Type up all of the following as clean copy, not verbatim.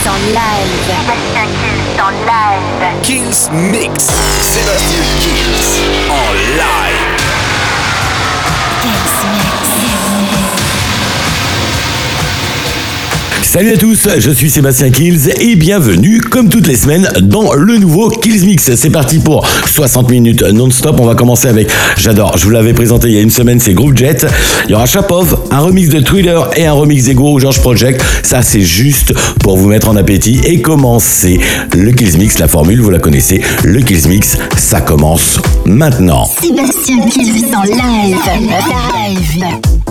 en live. Sébastien Kills en live. Kills Mix. Sébastien Kills en live. Kills Mix. Salut à tous, je suis Sébastien Kills et bienvenue comme toutes les semaines dans le nouveau Kills Mix. C'est parti pour 60 minutes non-stop. On va commencer avec, j'adore, je vous l'avais présenté il y a une semaine, c'est Groove Jet. Il y aura Chapov, un remix de Thriller et un remix d'Ego George Project. Ça c'est juste pour vous mettre en appétit et commencer le Kills Mix. La formule, vous la connaissez, le Kills Mix, ça commence maintenant. Sébastien Kills en live.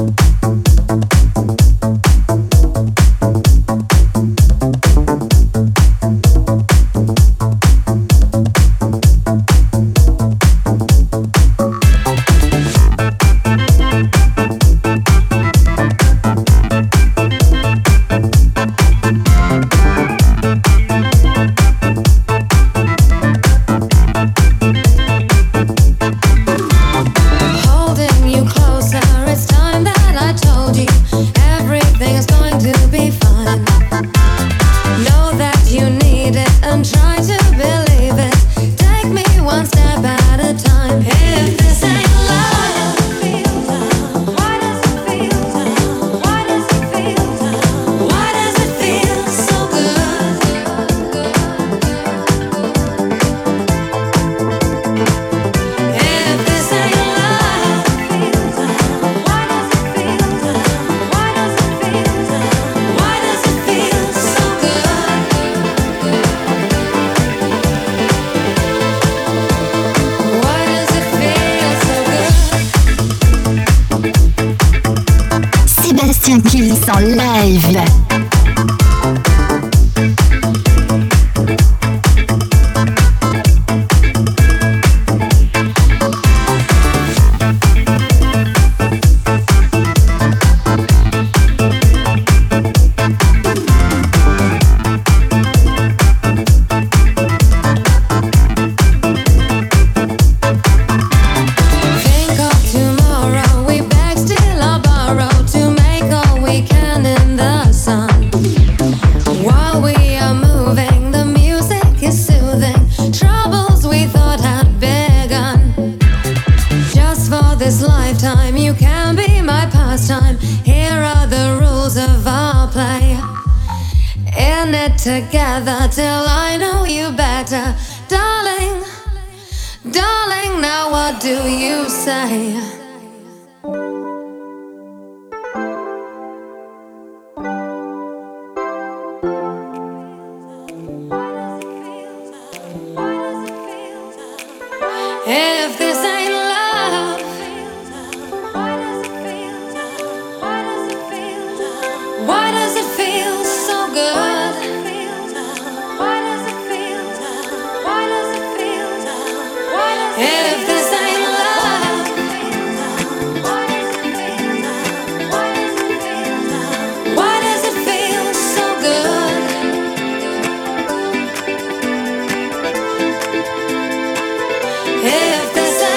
Sébastien Kills en live. Together till I know you better, darling, darling, now what do you say? If this ain't love, why does it feel so good? If this ain't love, why does it feel so good? If this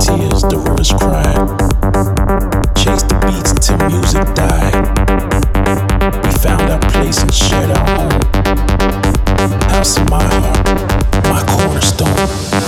tears, the rivers cried. Chased the beats till music died. We found our place and shared our home. House in my heart, my cornerstone.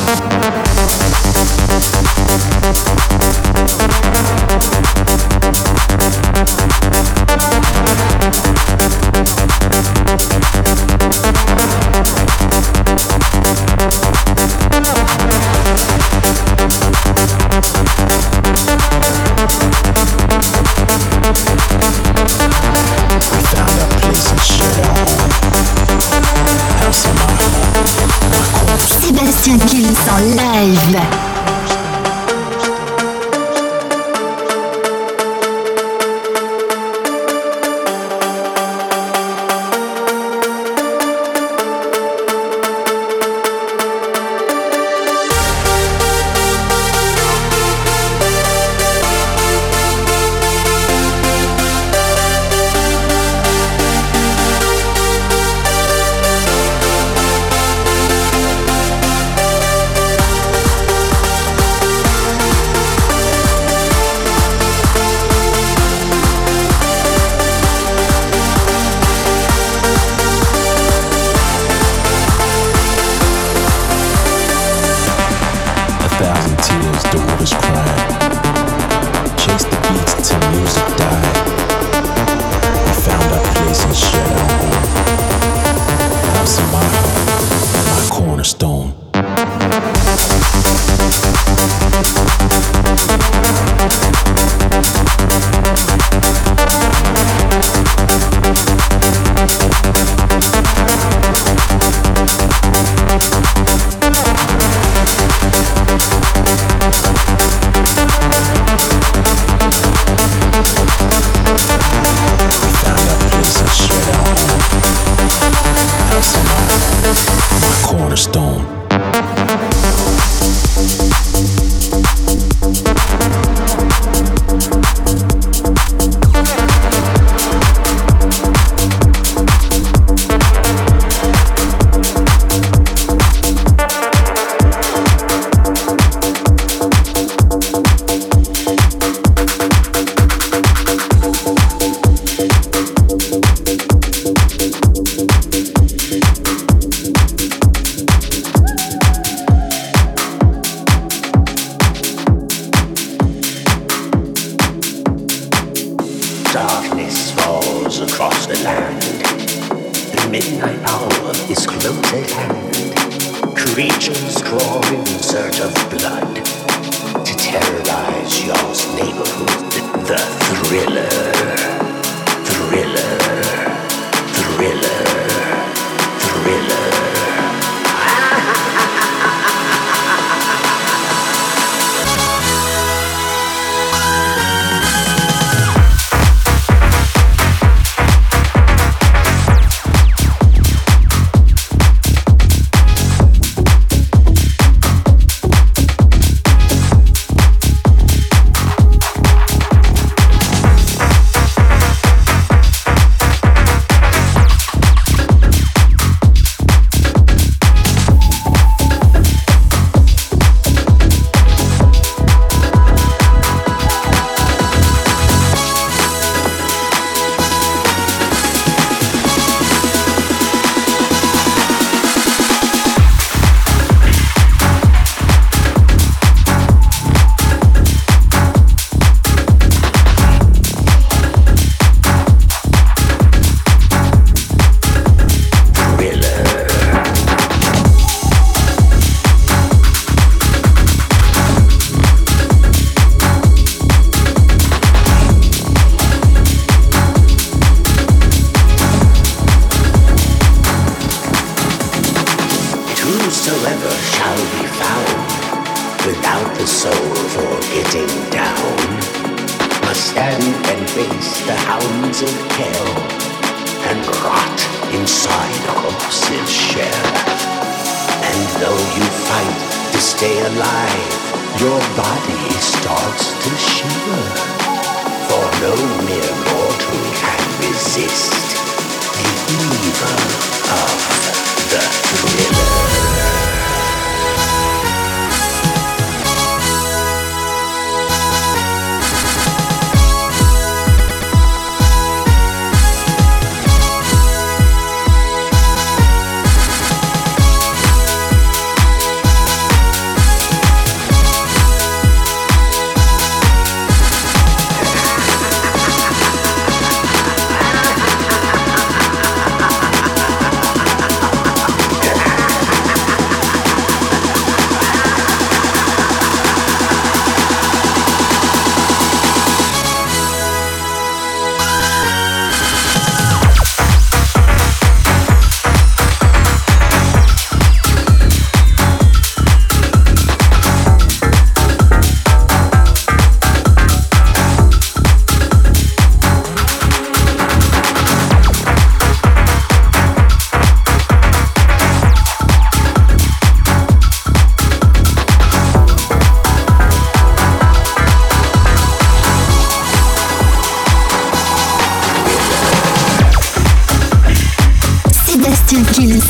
Sébastien Kills en live.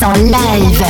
en live.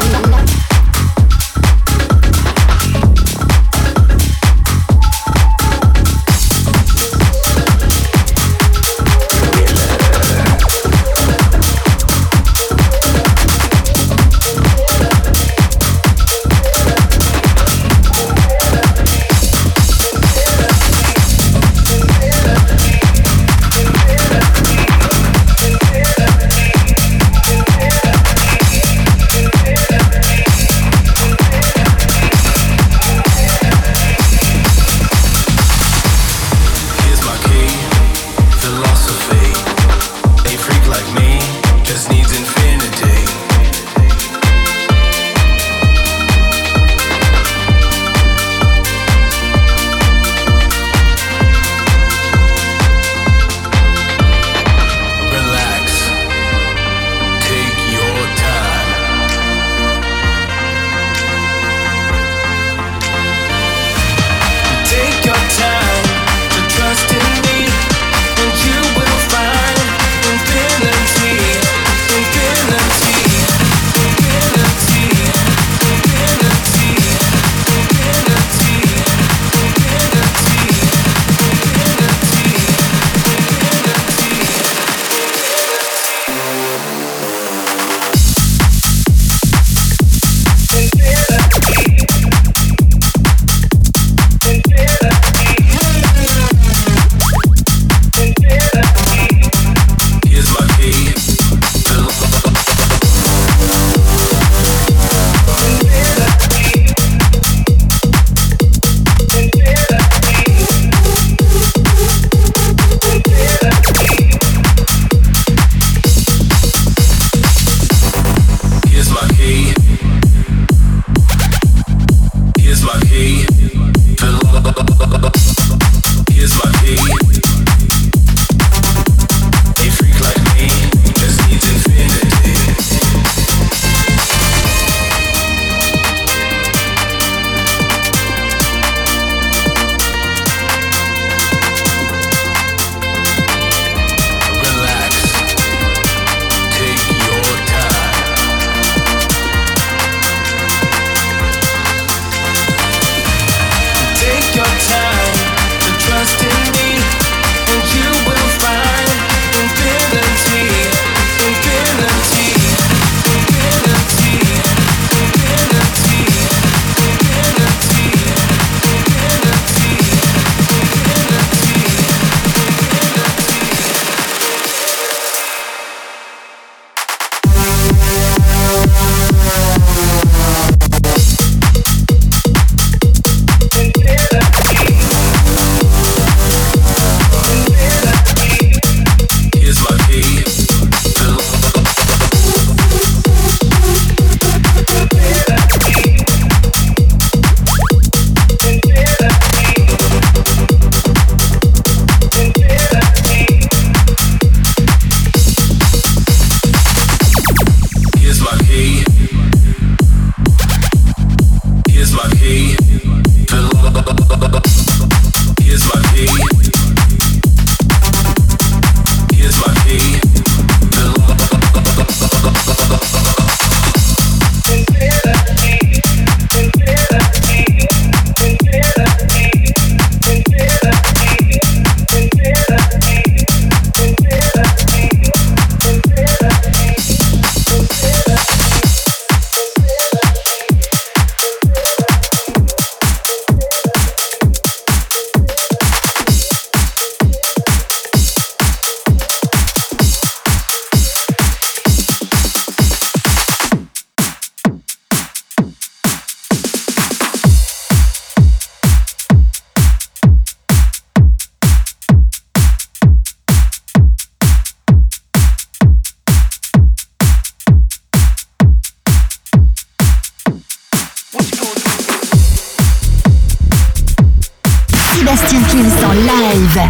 Sébastien Kills en live.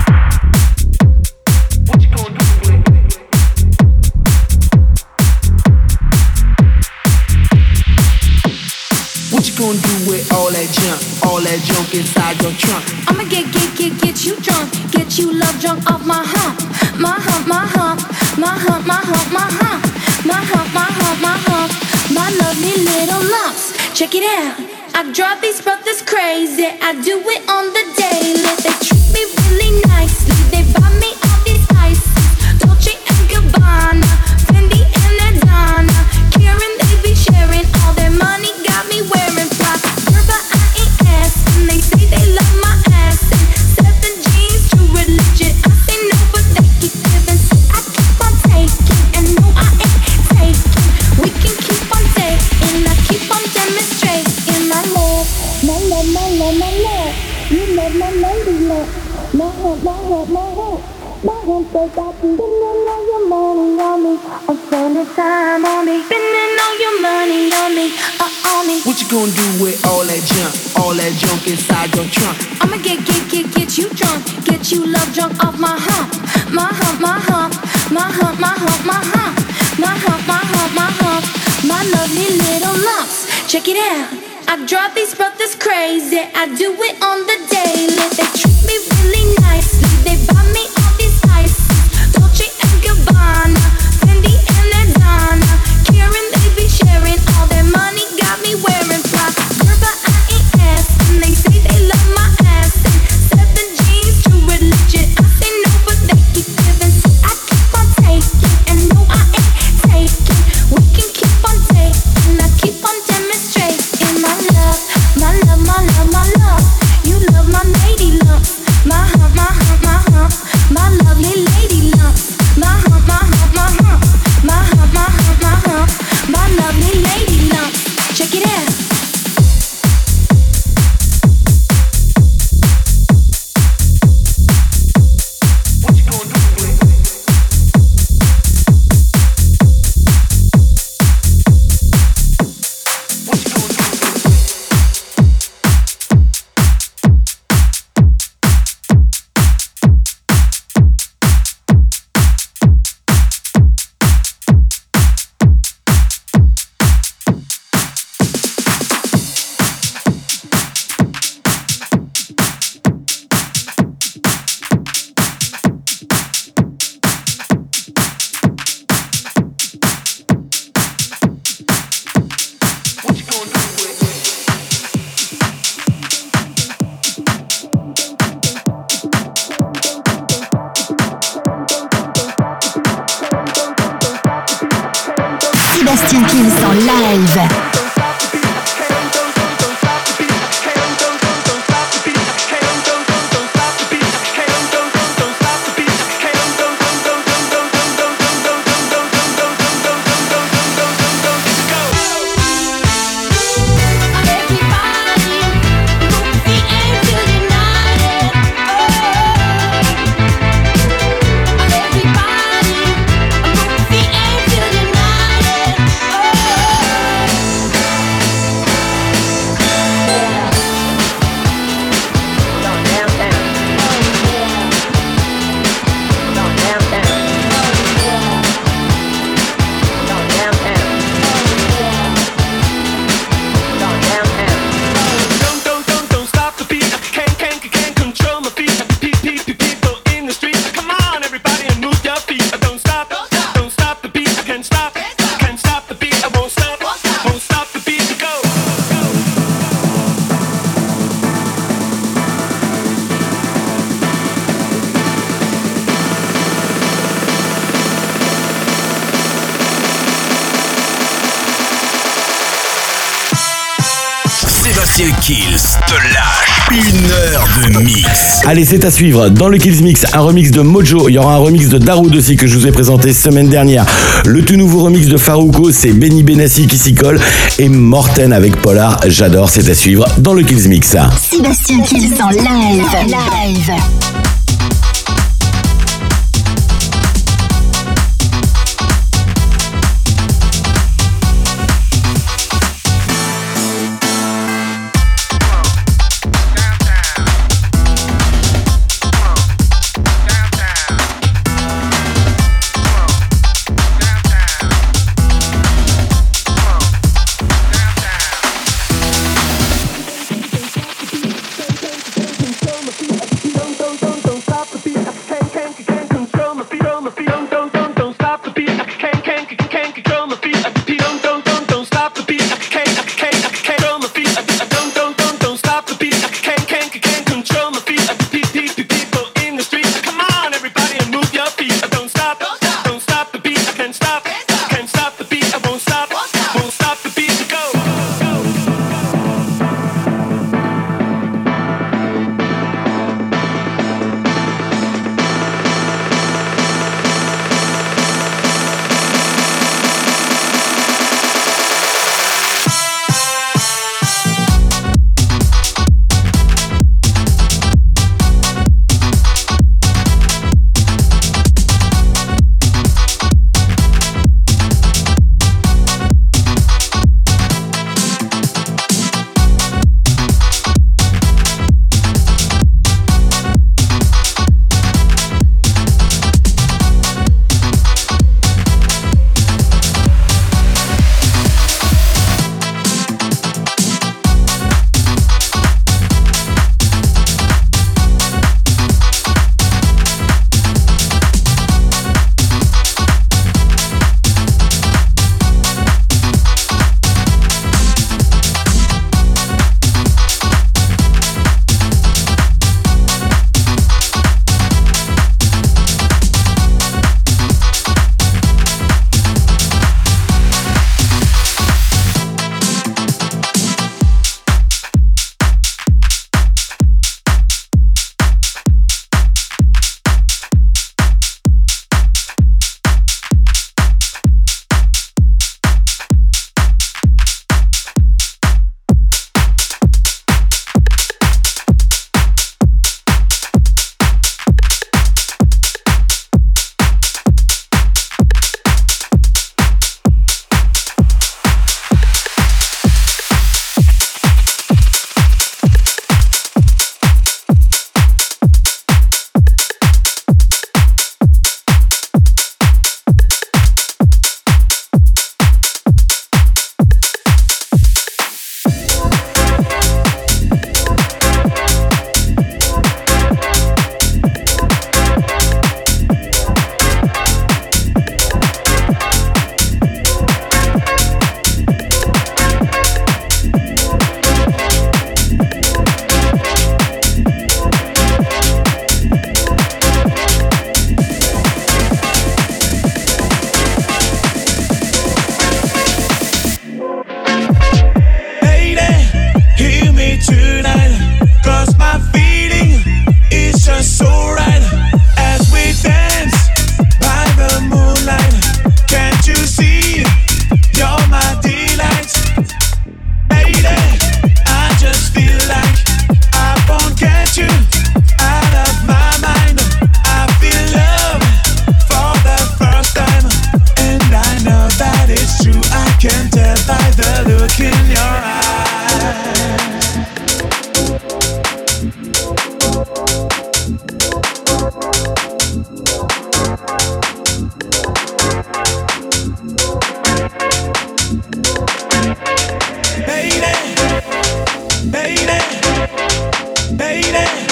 What you gonna do with all that junk inside your trunk? I'ma get you drunk, get you love drunk off my hump, my hump, my hump, my hump, my hump, my hump, my hump, my hump, my hump. lovely little lumps. Check it out. I drive these brothers crazy. I do it on the daily. They treat me really nicely. They buy me all these ices. Dolce and Gabbana, Fendi and Adana. Karen, they be sharing all their money. Got me wearing fly. Girl, but I ain't asking. They say they love my ass. And 7 jeans, true religion. I say no, but they keep giving. So I keep on taking. And no, I ain't taking. We can keep on taking. I keep on demonstrating. My love, my love, my love, my love. You love my lady love. My heart, my heart, my heart. My heart says I can spend all your money on me. I'm spending time on me. Spending all your money on me, on me. What you gonna do with all that junk inside your trunk? I'ma get you drunk, get you love drunk off my hump, my hump, my hump, my hump, my hump, my hump, my hump, my hump, my hump, my lovely little lumps. Check it out. I drive these brothers crazy. I do it on the daily. They treat me really nicely. They buy me all these ices. Dolce and Gabbana, Fendi and Adana. Karen, they be sharing all their money. Got me wearing fly. Girl, but I ain't asking. They say they love my ass. And 7 jeans, true religion. I say no, but they keep giving. So I keep on taking. And no, I ain't taking. We can keep on taking. I keep on demonstrating. My love, my love, my love, my love. You love my lady lump. My hump, my hump, my hump. My lovely lady lump. My hump, my hump, my hump. My hump, my hump, my hump. My lovely lady lump. Check it out. Sébastien Kills en live. Sébastien Kills te lâche 1 heure de mix. Allez, c'est à suivre. Dans le Kills Mix, un remix de Mojo. Il y aura un remix de Darude aussi que je vous ai présenté semaine dernière. Le tout nouveau remix de Farouko, c'est Benny Benassi qui s'y colle. Et Morten avec Polar, j'adore, c'est à suivre dans le Kills Mix. Sébastien Kills en live. Don't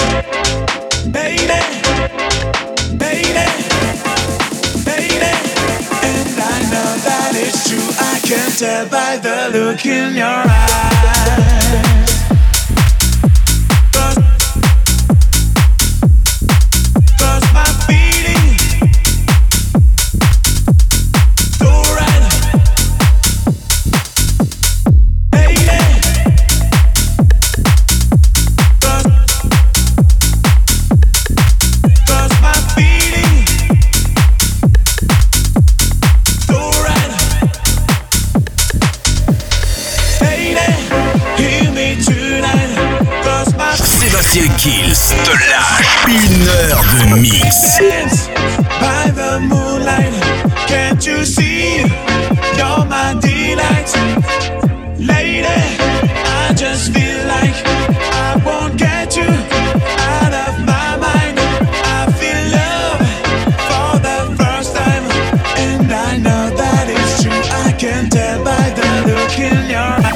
Tell by the look in your eyes. Cause my feeling so right, baby. Cause my feeling so right. Sébastien Kills te lâche 1 heure de mix. By the moonlight, can't you see? You're my delight. Lady, I just feel like I won't get you out of my mind. I feel love for the first time, and I know that it's true. I can tell by the look in your eyes.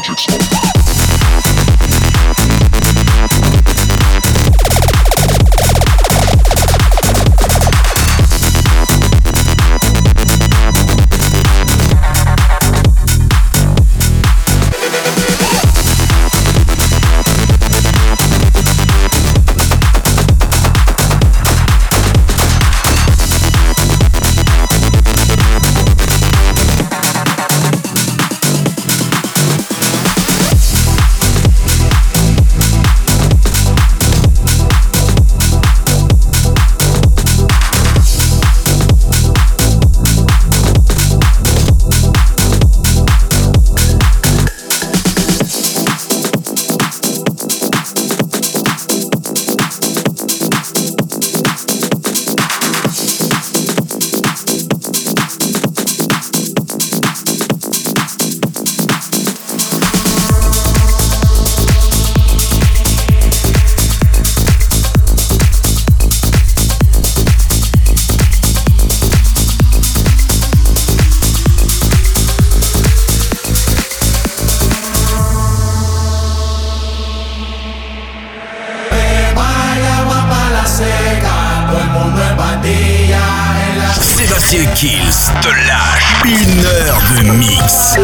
Sébastien Kills te lâche 1 heure de mix.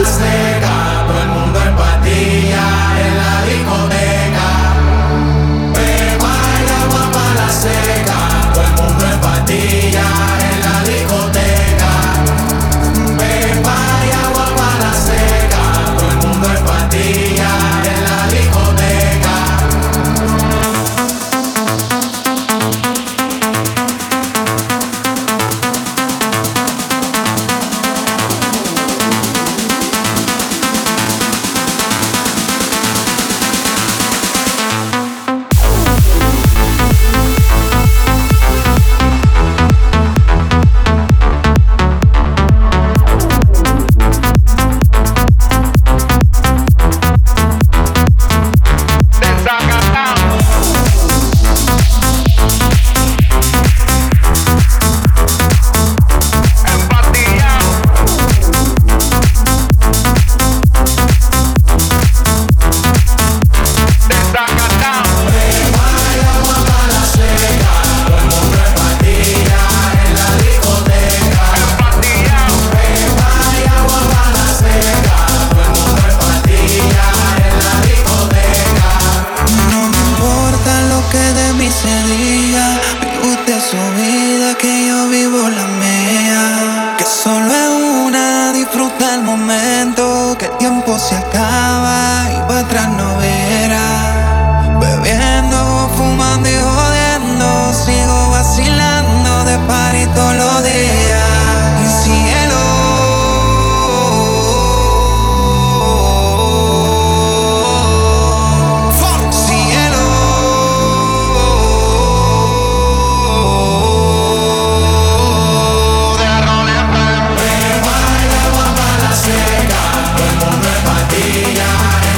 Todo el mundo es patilla.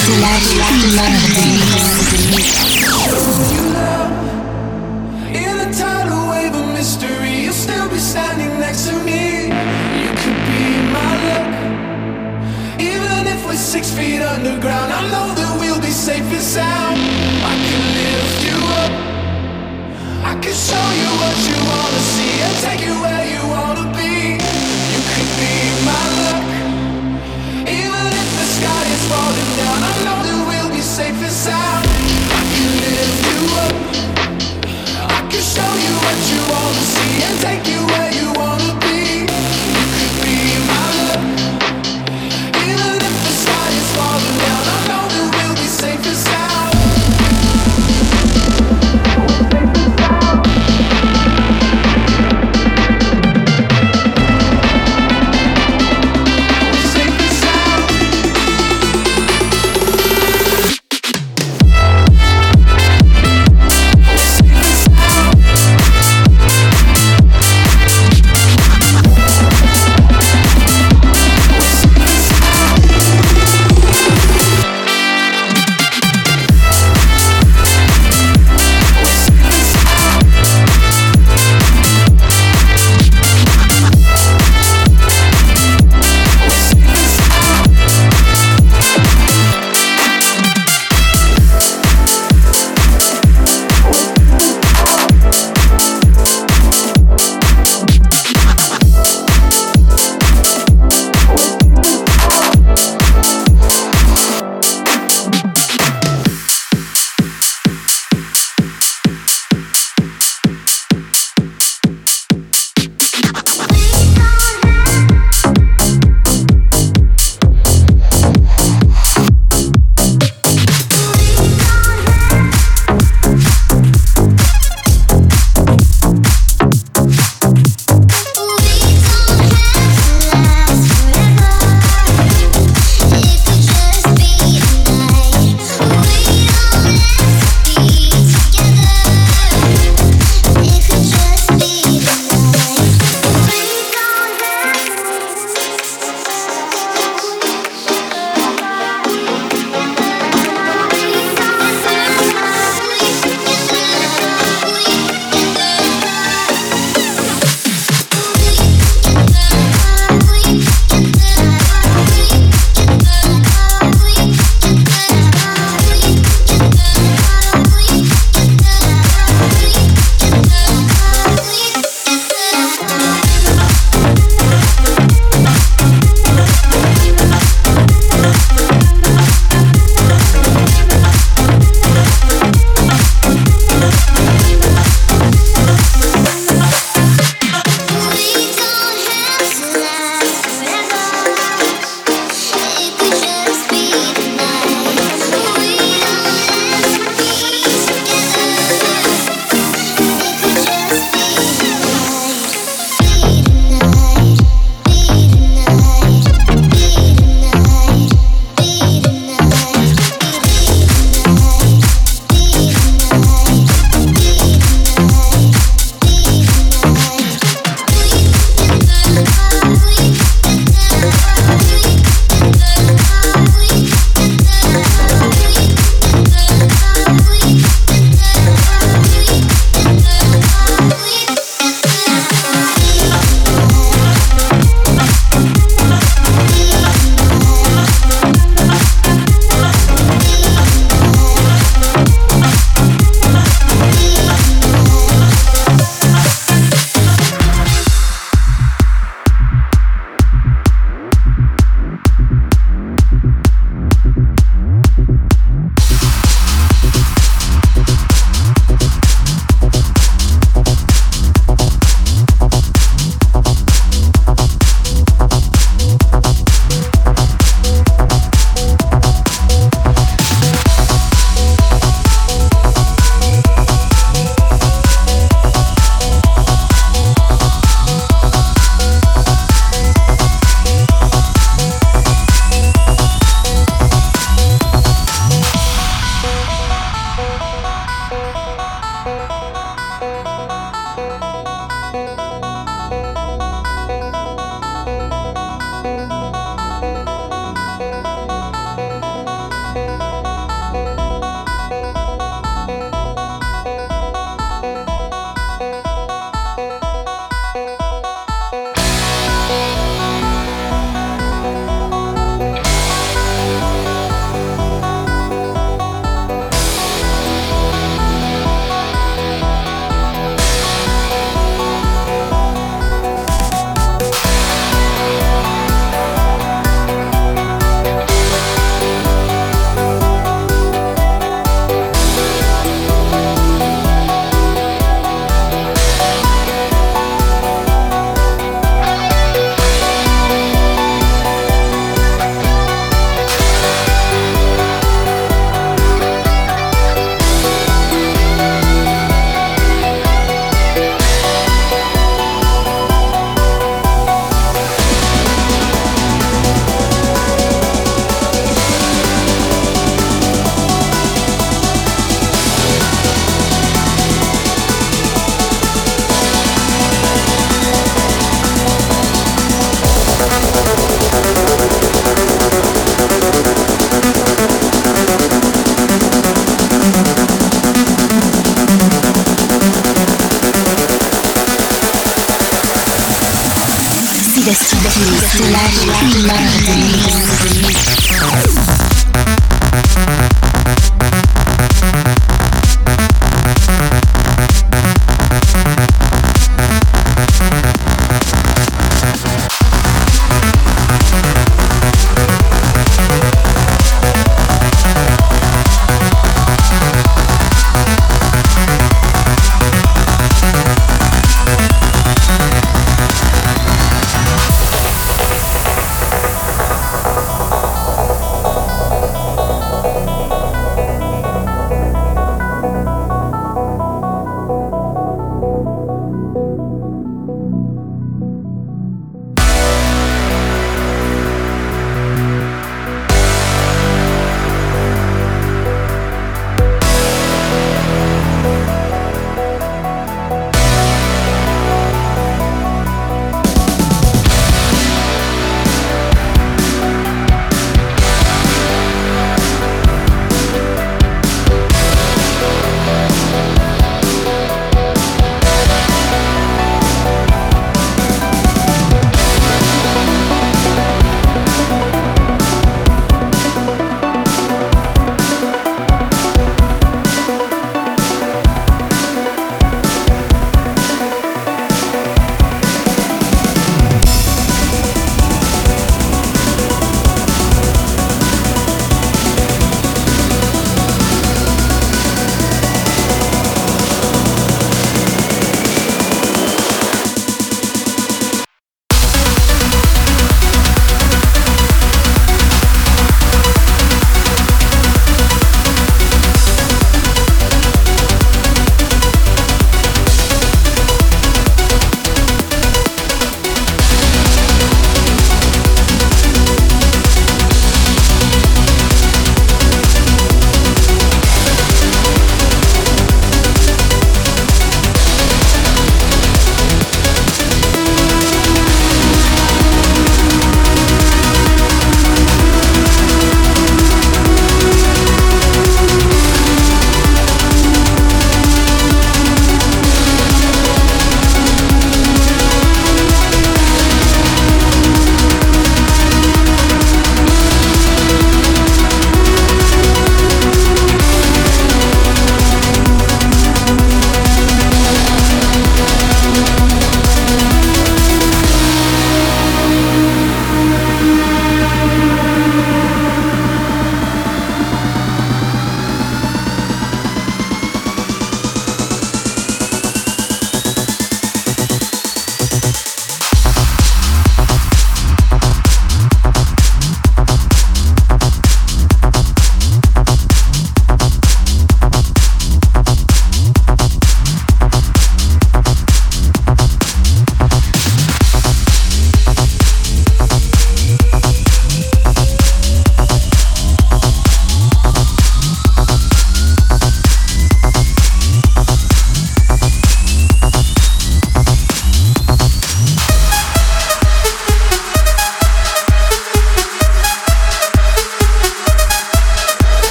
une heure de mix. In a tidal wave of mystery, you'll still be standing next to me. You could be my luck. Even if we're 6 feet underground, I know that we'll be safe and sound. I can lift you up. I can show you what you wanna see and take you where you wanna be. You could be my luck. Even if the sky is falling down, I know that we'll be safe and sound. I can lift you up. I can show you what you wanna see and take you where you wanna be. You could be my luck. Even if the sky is falling down, I know that we'll be safe and sound.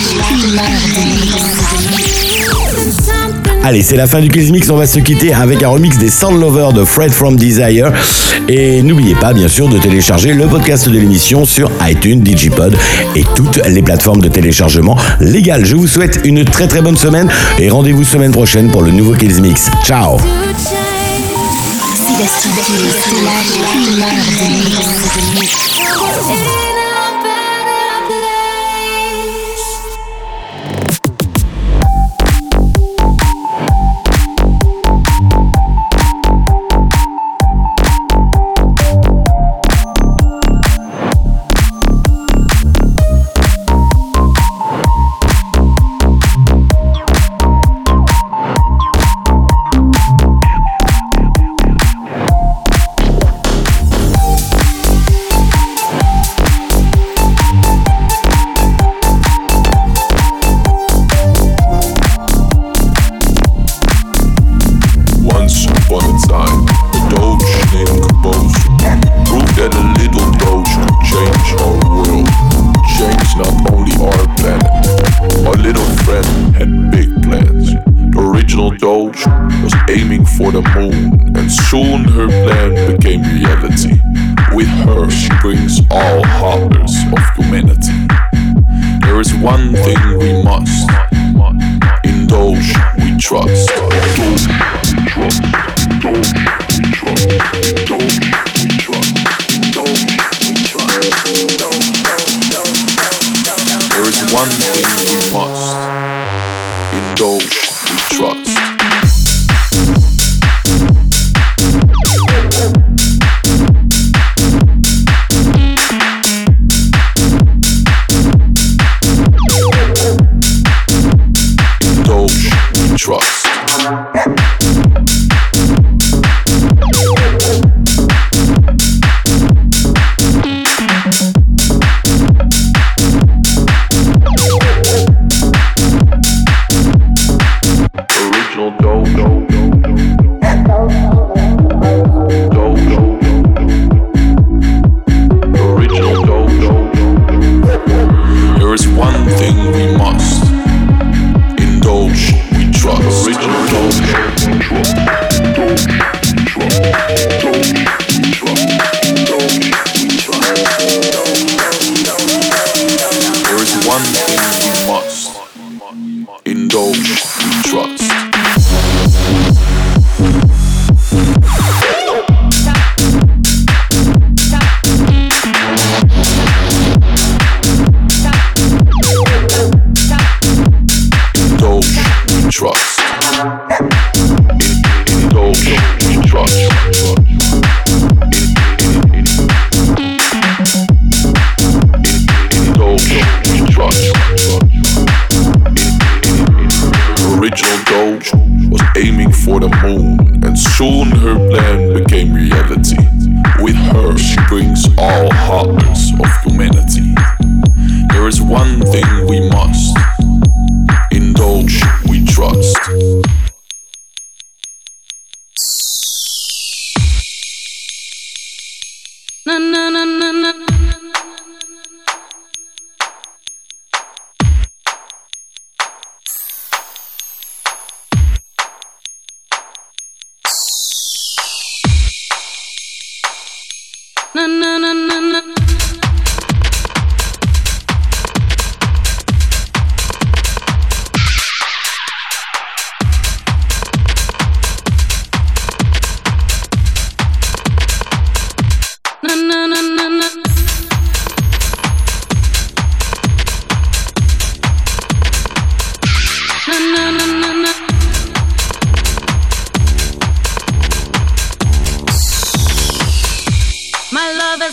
Allez, c'est la fin du Kills Mix, on va se quitter avec un remix des Sound Lovers de Fred from Desire. Et n'oubliez pas, bien sûr, de télécharger le podcast de l'émission sur iTunes, Digipod et toutes les plateformes de téléchargement légales. Je vous souhaite une très très bonne semaine et rendez-vous semaine prochaine pour le nouveau Kills Mix. Ciao. Soon her plan became reality. With her, she brings all horrors of humanity. There is one thing we must indulge, we trust. There is one thing we must indulge, we trust. Trust. Original dope. Original dope. There is one thing we must indulge. Trust. Original There is one thing we must indulge, we trust. Trust. Indulge, trust. Indulge, trust. Original Doge was aiming for the moon, and soon her plan became reality. With her, she brings all horrors of humanity. There is one thing we must indulge, we trust. Na na na na na. Na na na na na. My love is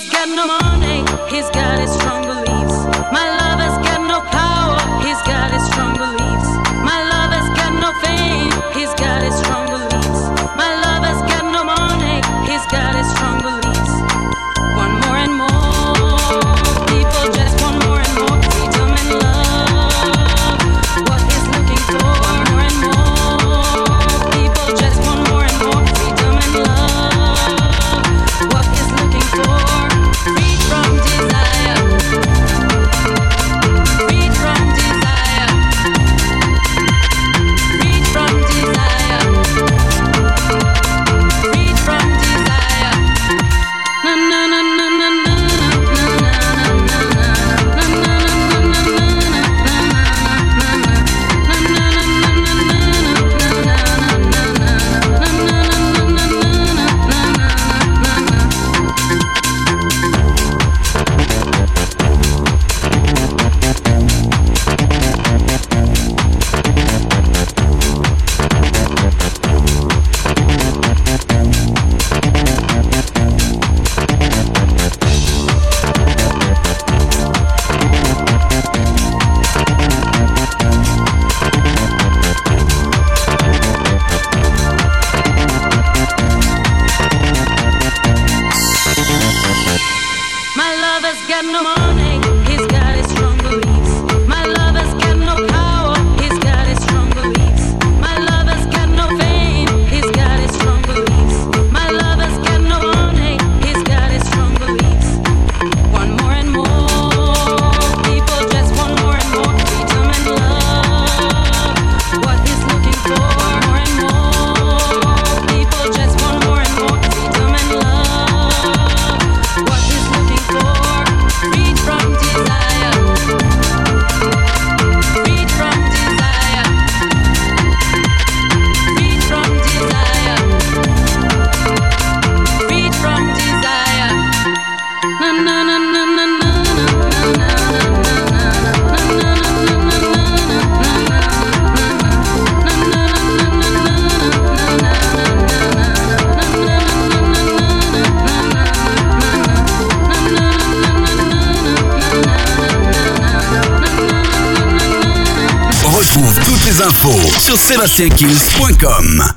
sur SébastienKills.com.